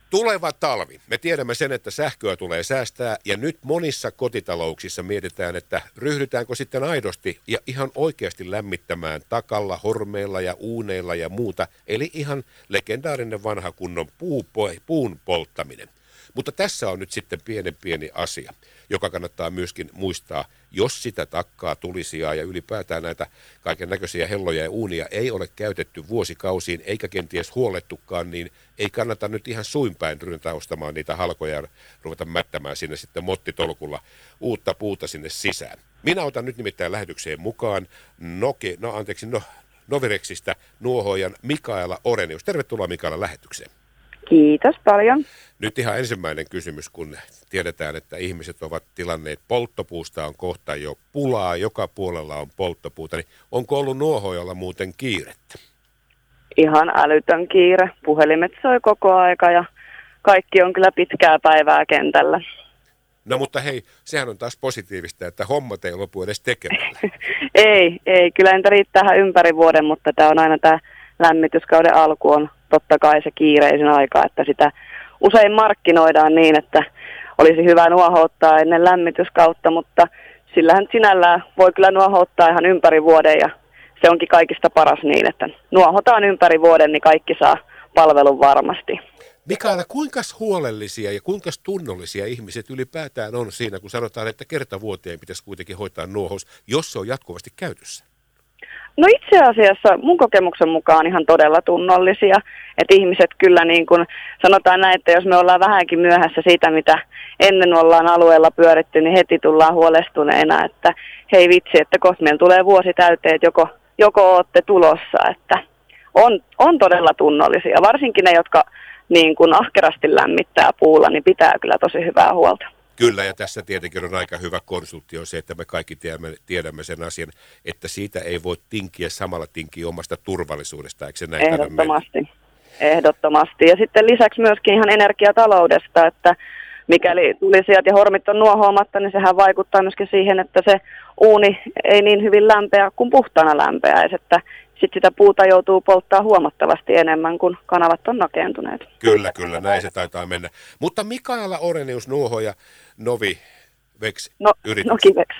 Tuleva talvi. Me tiedämme sen, että sähköä tulee säästää ja nyt monissa kotitalouksissa mietitään, että ryhdytäänkö sitten aidosti ja ihan oikeasti lämmittämään takalla, hormeilla ja uuneilla ja muuta. Eli ihan legendaarinen vanha kunnon puun polttaminen. Mutta tässä on nyt sitten pieni asia, joka kannattaa myöskin muistaa, jos sitä takkaa, tulisijaa ja ylipäätään näitä kaiken näköisiä helloja ja uunia ei ole käytetty vuosikausiin eikä kenties huolettukaan, niin ei kannata nyt ihan suinpäin ryhtyä ostamaan niitä halkoja ja ruveta mättämään sinne mottitolkulla uutta puuta sinne sisään. Minä otan nyt nimittäin lähetykseen mukaan Novirexistä nuohoojan Mikaela Orenius. Tervetuloa Mikaela lähetykseen. Kiitos paljon. Nyt ihan ensimmäinen kysymys, kun tiedetään, että ihmiset ovat tilanneet polttopuusta on kohta jo pulaa, joka puolella on polttopuuta, niin onko ollut nuohoojalla muuten kiirettä? Ihan älytön kiire. Puhelimet soi koko aika ja kaikki on kyllä pitkää päivää kentällä. No mutta hei, sehän on taas positiivista, että hommat ei lopu edes tekemällä. ei. Kyllä niitä riittää ympäri vuoden, mutta tämä on aina tämä lämmityskauden alku on totta kai se kiireisin aika, että sitä usein markkinoidaan niin, että olisi hyvä nuohouttaa ennen lämmityskautta, mutta sillähän sinällään voi kyllä nuohouttaa ihan ympäri vuoden ja se onkin kaikista paras niin, että nuohotaan ympäri vuoden, niin kaikki saa palvelun varmasti. Mikaela, kuinka huolellisia ja kuinka tunnollisia ihmiset ylipäätään on siinä, kun sanotaan, että kertavuoteen pitäisi kuitenkin hoitaa nuohous, jos se on jatkuvasti käytössä? No itse asiassa mun kokemuksen mukaan ihan todella tunnollisia, että ihmiset kyllä niin kuin sanotaan näin, että jos me ollaan vähänkin myöhässä siitä, mitä ennen ollaan alueella pyöritty, niin heti tullaan huolestuneena, että hei vitsi, että kohta meillä tulee vuosi täyteen, että joko ootte tulossa, että on todella tunnollisia, varsinkin ne, jotka niin kuin ahkerasti lämmittää puulla, niin pitää kyllä tosi hyvää huolta. Kyllä, ja tässä tietenkin on aika hyvä konsultti on se, että me kaikki tiedämme sen asian, että siitä ei voi samalla tinkiä omasta turvallisuudesta, eikö se näin? Ehdottomasti. Ja sitten lisäksi myöskin ihan energiataloudesta, että mikäli tulisijat ja hormit on nuohoamatta, niin sehän vaikuttaa myöskin siihen, että se uuni ei niin hyvin lämpeä kuin puhtaana lämpeäisi, että sitten sitä puuta joutuu polttaa huomattavasti enemmän, kuin kanavat on nakeentuneet. Kyllä, näin se taitaa mennä. Mutta Mikaela Orenius, nuohooja Novivex Nokivex.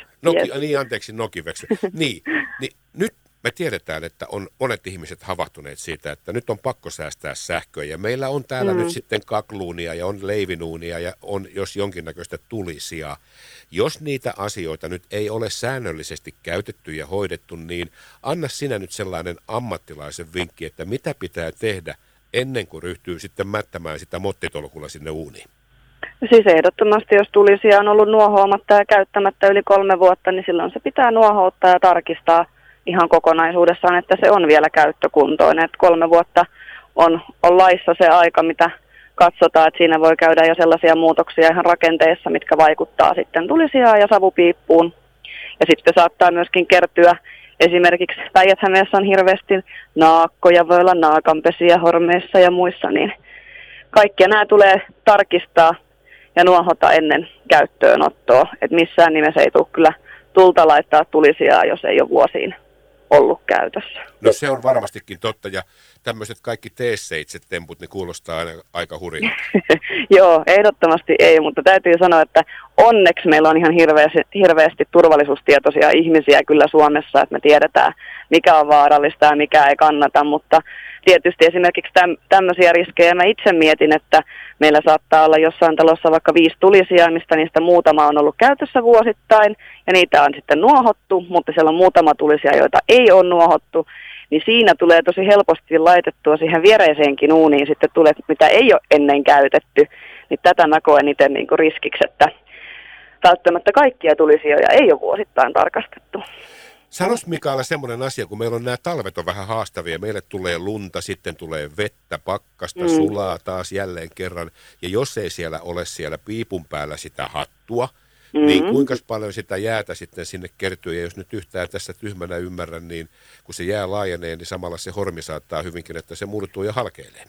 Nokivex. niin, nyt me tiedetään, että on monet ihmiset havahtuneet siitä, että nyt on pakko säästää sähköä. Ja meillä on täällä nyt sitten kakluunia ja on leivinuunia ja on jos jonkinnäköistä tulisijaa. Jos niitä asioita nyt ei ole säännöllisesti käytetty ja hoidettu, niin anna sinä nyt sellainen ammattilaisen vinkki, että mitä pitää tehdä ennen kuin ryhtyy sitten mättämään sitä mottitolkulla sinne uuniin. Siis ehdottomasti, jos tulisija on ollut nuohoamatta ja käyttämättä yli 3 vuotta, niin silloin se pitää nuohouttaa ja tarkistaa ihan kokonaisuudessaan, että se on vielä käyttökuntoinen. Että 3 vuotta on laissa se aika, mitä katsotaan, että siinä voi käydä jo sellaisia muutoksia ihan rakenteessa, mitkä vaikuttaa sitten tulisijaan ja savupiippuun. Ja sitten saattaa myöskin kertyä, esimerkiksi Päijät-Hämeessä on hirveästi naakkoja, voi olla naakanpesiä hormeissa ja muissa, niin kaikkia nämä tulee tarkistaa ja nuohota ennen käyttöönottoa. Että missään nimessä ei tule kyllä tulta laittaa tulisijaa, jos ei ole vuosiin ollut käytössä. No se on varmastikin totta, ja tämmöiset kaikki T7-temput, niin kuulostaa aika hurjalta. Joo, ehdottomasti ei, mutta täytyy sanoa, että onneksi meillä on ihan hirveästi turvallisuustietoisia ihmisiä kyllä Suomessa, että me tiedetään, mikä on vaarallista ja mikä ei kannata, mutta tietysti esimerkiksi tämmöisiä riskejä mä itse mietin, että meillä saattaa olla jossain talossa vaikka 5 tulisijaa, mistä niistä muutama on ollut käytössä vuosittain, ja niitä on sitten nuohottu, mutta siellä on muutama tulisija, joita ei ole nuohottu, niin siinä tulee tosi helposti laitettua siihen viereiseenkin uuniin sitten tulet, mitä ei ole ennen käytetty, niin tätä mä koen itse niin kuin riskiksi, että välttämättä kaikkia tulisijoja ei ole vuosittain tarkastettu. Sanois Mikaela semmoinen asia, kun meillä on nämä talvet on vähän haastavia, meille tulee lunta, sitten tulee vettä, pakkasta, sulaa taas jälleen kerran, ja jos ei siellä ole siellä piipun päällä sitä hattua, niin kuinka paljon sitä jäätä sitten sinne kertyy, ja jos nyt yhtään tässä tyhmänä ymmärrän, niin kun se jää laajenee, niin samalla se hormi saattaa hyvinkin, että se murtuu ja halkeilee.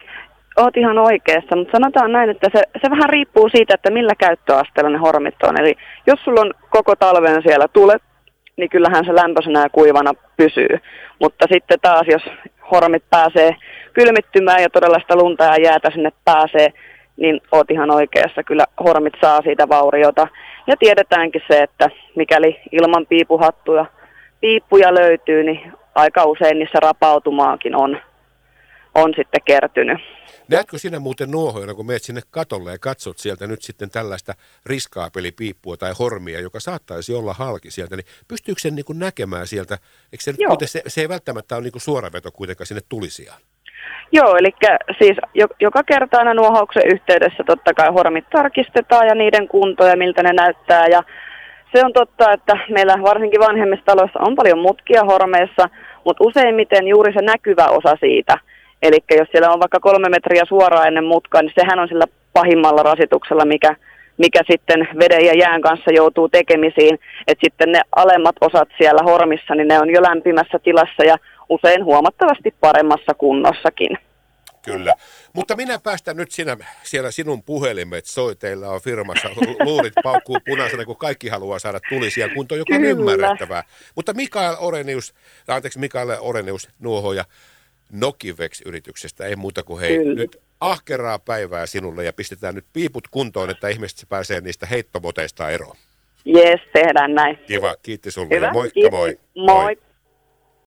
Oot ihan oikeassa, mutta sanotaan näin, että se vähän riippuu siitä, että millä käyttöasteella ne hormit on. Eli jos sulla on koko talven siellä tulet, niin kyllähän se lämpöisenä ja kuivana pysyy. Mutta sitten taas, jos hormit pääsee kylmittymään ja todella sitä lunta ja jäätä sinne pääsee, niin oot ihan oikeassa. Kyllä hormit saa siitä vauriota. Ja tiedetäänkin se, että mikäli ilman piippuja löytyy, niin aika usein niissä rapautumaakin on sitten kertynyt. Näetkö sinä muuten nuohojana, kun meet sinne katolle ja katsot sieltä nyt sitten tällaista riskaapelipiippua tai hormia, joka saattaisi olla halki sieltä, niin pystyykö sen niin kuin näkemään sieltä? Eikö se, nyt, se ei välttämättä ole niin kuin suoraveto kuitenkaan sinne tulisijaan? Joo, eli siis joka kerta aina nuohouksen yhteydessä totta kai hormit tarkistetaan ja niiden kunto ja miltä ne näyttää. Ja se on totta, että meillä varsinkin vanhemmissa taloissa on paljon mutkia hormeissa, mutta useimmiten juuri se näkyvä osa siitä. Eli jos siellä on vaikka 3 metriä suoraan ennen mutkaa, niin sehän on sillä pahimmalla rasituksella, mikä sitten veden ja jään kanssa joutuu tekemisiin. Että sitten ne alemmat osat siellä hormissa, niin ne on jo lämpimässä tilassa ja usein huomattavasti paremmassa kunnossakin. Kyllä, mutta minä päästän nyt siellä sinun puhelimet soi, teillä on firmassa, luurit paukkuu punaisena, kun kaikki haluaa saada tulisia kuntoon, joka on ymmärrettävää. Mutta Mikael Orenius, nuohoja Nokivex-yrityksestä, ei muuta kuin hei, nyt ahkeraa päivää sinulle ja pistetään nyt piiput kuntoon, että ihmiset pääsee niistä heittomoteista eroon. Jes, tehdään näin. Kiva, kiitti sulle. Hyvä, Moikka, kiitos. moi. Moi.